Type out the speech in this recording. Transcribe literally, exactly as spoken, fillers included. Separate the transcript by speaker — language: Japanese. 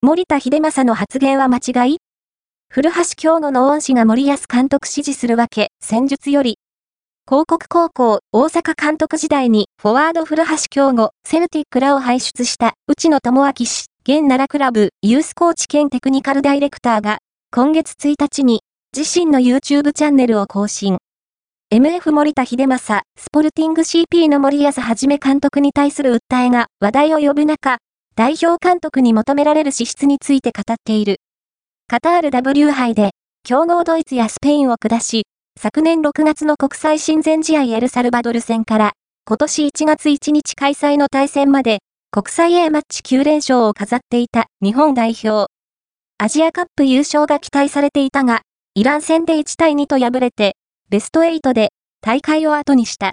Speaker 1: 森田英正の発言は間違い？古橋京吾の恩師が森保監督支持するわけ、戦術より。広告高校、大阪監督時代に、フォワード古橋京吾、セルティックらを輩出した内野智明氏、現奈良クラブ、ユースコーチ兼テクニカルダイレクターが、今月ついたちに、自身の YouTube チャンネルを更新。エムエフ 森田英正、スポルティング シーピー の森保一監督に対する訴えが話題を呼ぶ中、代表監督に求められる資質について語っている。カタール ダブリュー 杯で、強豪ドイツやスペインを下し、昨年ろくがつの国際親善試合エルサルバドル戦から、今年いちがついちにち開催の対戦まで、国際 A マッチきゅうれんしょうを飾っていた日本代表。アジアカップ優勝が期待されていたが、イラン戦でいちたいにと敗れて、ベストはちで大会を後にした。